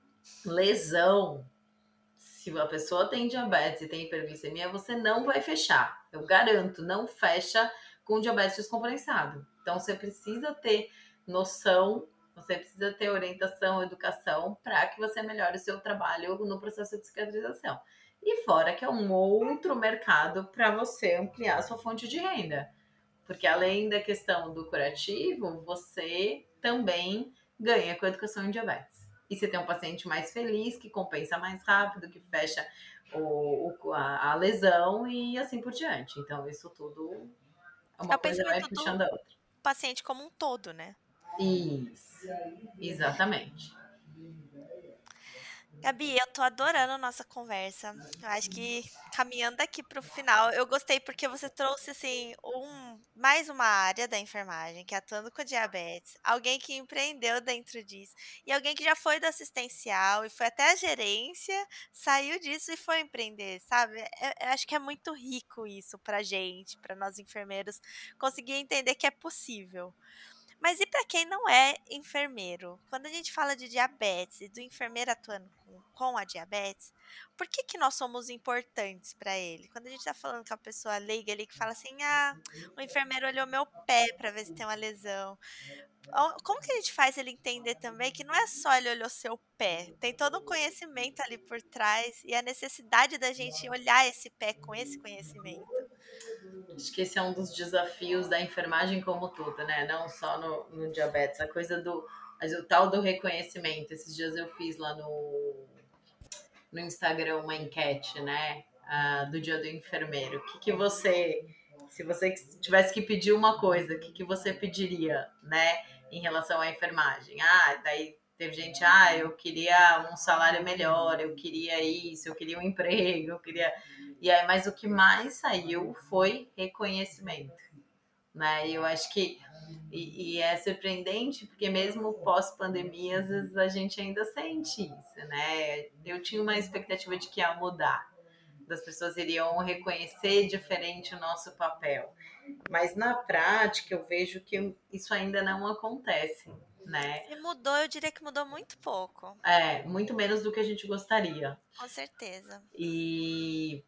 lesão, se a pessoa tem diabetes e tem hiperglicemia, você não vai fechar. Eu garanto, não fecha com diabetes descompensado. Então, você precisa ter noção, você precisa ter orientação, educação, para que você melhore o seu trabalho no processo de cicatrização. E fora que é um outro mercado para você ampliar a sua fonte de renda. Porque além da questão do curativo, você também ganha com a educação em diabetes. E você tem um paciente mais feliz, que compensa mais rápido, que fecha o, o, a, a lesão e assim por diante. Então, isso tudo é É uma o coisa vai pensamento do puxando a outra. paciente como um todo, né? Isso, exatamente. Gabi, eu tô adorando a nossa conversa. Eu acho que caminhando aqui pro final, eu gostei porque você trouxe assim um mais uma área da enfermagem que é atuando com diabetes, alguém que empreendeu dentro disso e alguém que já foi do assistencial e foi até a gerência, saiu disso e foi empreender, sabe? Eu, eu acho que é muito rico isso pra gente, pra nós enfermeiros conseguir entender que é possível. Mas e para quem não é enfermeiro? Quando a gente fala de diabetes e do enfermeiro atuando com, com a diabetes, por que que nós somos importantes para ele? Quando a gente está falando com a pessoa leiga ali que fala assim, ah, o enfermeiro olhou meu pé para ver se tem uma lesão. Ó, como que a gente faz ele entender também que não é só ele olhou seu pé, tem todo um conhecimento ali por trás e a necessidade da gente olhar esse pé com esse conhecimento? Acho que esse é um dos desafios da enfermagem como tudo, né? Não só no, no diabetes, a coisa do mas o tal do reconhecimento. Esses dias eu fiz lá no, no Instagram uma enquete, né? Ah, do dia do enfermeiro. O que, que você, se você tivesse que pedir uma coisa, o que, que você pediria, né? Em relação à enfermagem? Ah, daí teve gente, ah, eu queria um salário melhor, eu queria isso, eu queria um emprego, eu queria. E aí, mas o que mais saiu foi reconhecimento, né? E eu acho que e, e é surpreendente porque mesmo pós-pandemia, às vezes a gente ainda sente isso, né? Eu tinha uma expectativa de que ia mudar, das pessoas iriam reconhecer diferente o nosso papel, mas na prática eu vejo que isso ainda não acontece, né? Se mudou, eu diria que mudou muito pouco, É, muito menos do que a gente gostaria. com certeza. E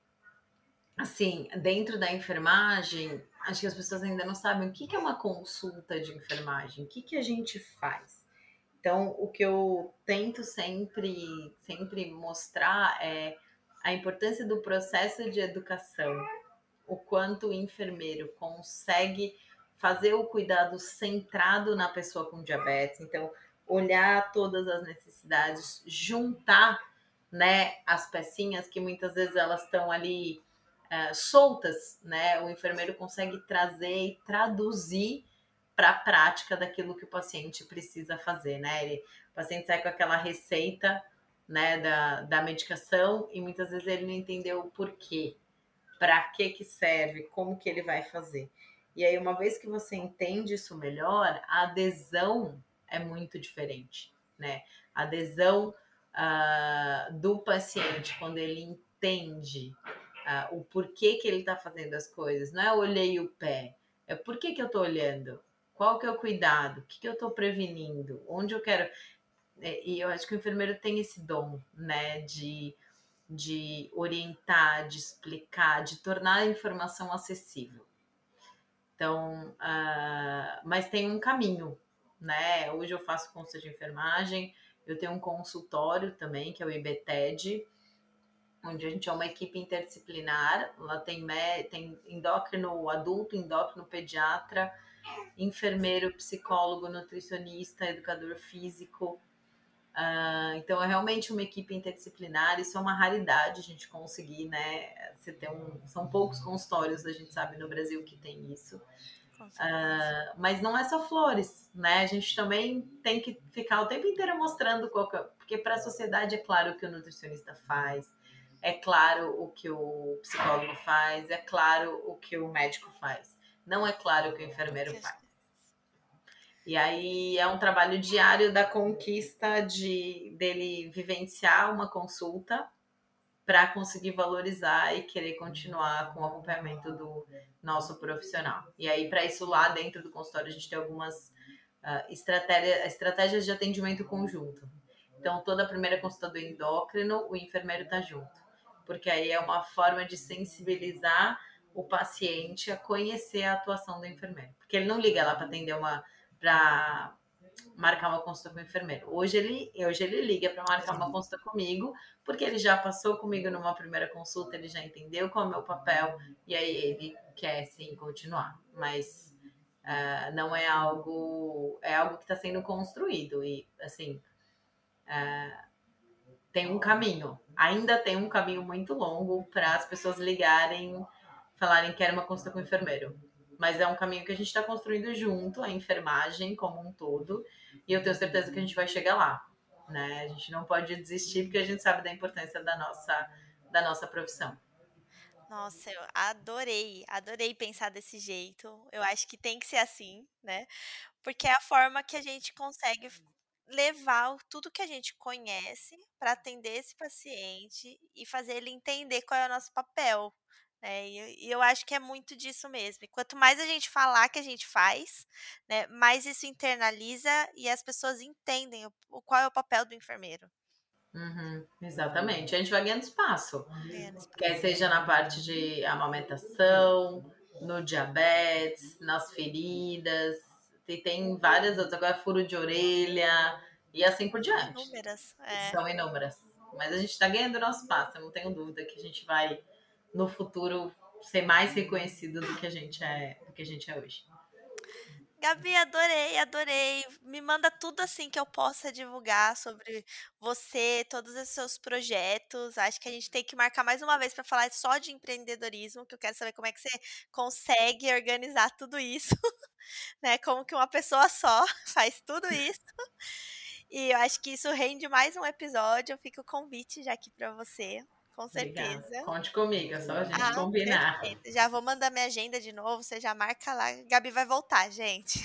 assim, dentro da enfermagem, acho que as pessoas ainda não sabem o que é uma consulta de enfermagem, o que a gente faz. Então, o que eu tento sempre, sempre mostrar é a importância do processo de educação, o quanto o enfermeiro consegue fazer o cuidado centrado na pessoa com diabetes. Então, olhar todas as necessidades, juntar, né, as pecinhas que muitas vezes elas estão ali uh, soltas, né? O enfermeiro consegue trazer e traduzir para a prática daquilo que o paciente precisa fazer, né? Ele, o paciente sai com aquela receita, né, da, da medicação e muitas vezes ele não entendeu o porquê, para que que serve, como que ele vai fazer. E aí, uma vez que você entende isso melhor, a adesão é muito diferente, né? A adesão uh, do paciente, quando ele entende uh, o porquê que ele está fazendo as coisas, não é olhei o pé, é por que que eu estou olhando, qual que é o cuidado, o que que eu estou prevenindo, onde eu quero... E eu acho que o enfermeiro tem esse dom, né, de, de orientar, de explicar, de tornar a informação acessível. Então, uh, mas tem um caminho, né? Hoje eu faço consulta de enfermagem, eu tenho um consultório também, que é o I B T E D, onde a gente é uma equipe interdisciplinar. Lá tem, tem endócrino adulto, endócrino pediatra, enfermeiro, psicólogo, nutricionista, educador físico. Uh, então é realmente uma equipe interdisciplinar. Isso é uma raridade a gente conseguir, né? Você ter um, são poucos consultórios, a gente sabe, no Brasil que tem isso. Uh, mas não é só flores, né? A gente também tem que ficar o tempo inteiro mostrando qual que é, porque para a sociedade é claro o que o nutricionista faz, é claro o que o psicólogo faz, é claro o que o médico faz, não é claro o que o enfermeiro faz. E aí é um trabalho diário da conquista de dele vivenciar uma consulta para conseguir valorizar e querer continuar com o acompanhamento do nosso profissional. E aí, para isso, lá dentro do consultório, a gente tem algumas uh, estratégia, estratégias de atendimento conjunto. Então, toda a primeira consulta do endócrino, o enfermeiro está junto. Porque aí é uma forma de sensibilizar o paciente a conhecer a atuação do enfermeiro. Porque ele não liga lá para atender uma... para marcar uma consulta com o enfermeiro. Hoje ele, hoje ele liga para marcar uma consulta comigo, porque ele já passou comigo numa primeira consulta, ele já entendeu qual é o meu papel, e aí ele quer sim continuar. Mas uh, não é algo, é algo que está sendo construído, e assim, uh, tem um caminho, ainda tem um caminho muito longo para as pessoas ligarem, falarem que quer uma consulta com o enfermeiro. Mas é um caminho que a gente está construindo junto, a enfermagem como um todo, e eu tenho certeza que a gente vai chegar lá, né? A gente não pode desistir, porque a gente sabe da importância da nossa, da nossa profissão. Nossa, eu adorei, adorei pensar desse jeito. Eu acho que tem que ser assim, né? Porque é a forma que a gente consegue levar tudo que a gente conhece para atender esse paciente e fazer ele entender qual é o nosso papel, né? E, e eu acho que é muito disso mesmo. E quanto mais a gente falar que a gente faz, né, mais isso internaliza e as pessoas entendem o, o qual é o papel do enfermeiro. Uhum, exatamente. A gente vai ganhando espaço. Ganhando espaço. Quer seja na parte de amamentação, no diabetes, nas feridas, e tem várias outras, agora furo de orelha e assim por diante. Inúmeras. É. São inúmeras. Mas a gente está ganhando nosso espaço, eu não tenho dúvida que a gente vai, no futuro, ser mais reconhecido do que a gente é, do que a gente é hoje. Gabi, adorei, adorei. Me manda tudo assim que eu possa divulgar sobre você, todos os seus projetos. Acho que a gente tem que marcar mais uma vez para falar só de empreendedorismo, que eu quero saber como é que você consegue organizar tudo isso, né? Como que uma pessoa só faz tudo isso. E eu acho que isso rende mais um episódio. Fica o convite já aqui para você, com certeza. Obrigada. Conte comigo, é só a gente Ah, combinar. perfeito. Já vou mandar minha agenda de novo, você já marca lá. Gabi vai voltar, gente.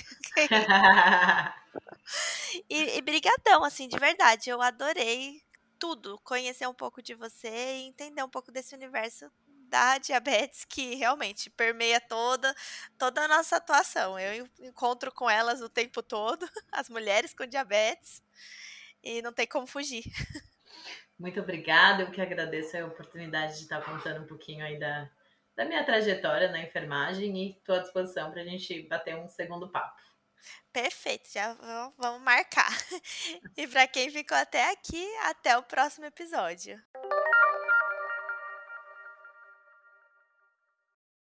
E, e brigadão, assim, de verdade. Eu adorei tudo. Conhecer um pouco de você e entender um pouco desse universo da diabetes que realmente permeia toda, toda a nossa atuação. Eu encontro com elas o tempo todo, as mulheres com diabetes, e não tem como fugir. Muito obrigada, eu que agradeço a oportunidade de estar contando um pouquinho aí da, da minha trajetória na enfermagem e estou à disposição para a gente bater um segundo papo. Perfeito, já vamos marcar. E para quem ficou até aqui, até o próximo episódio.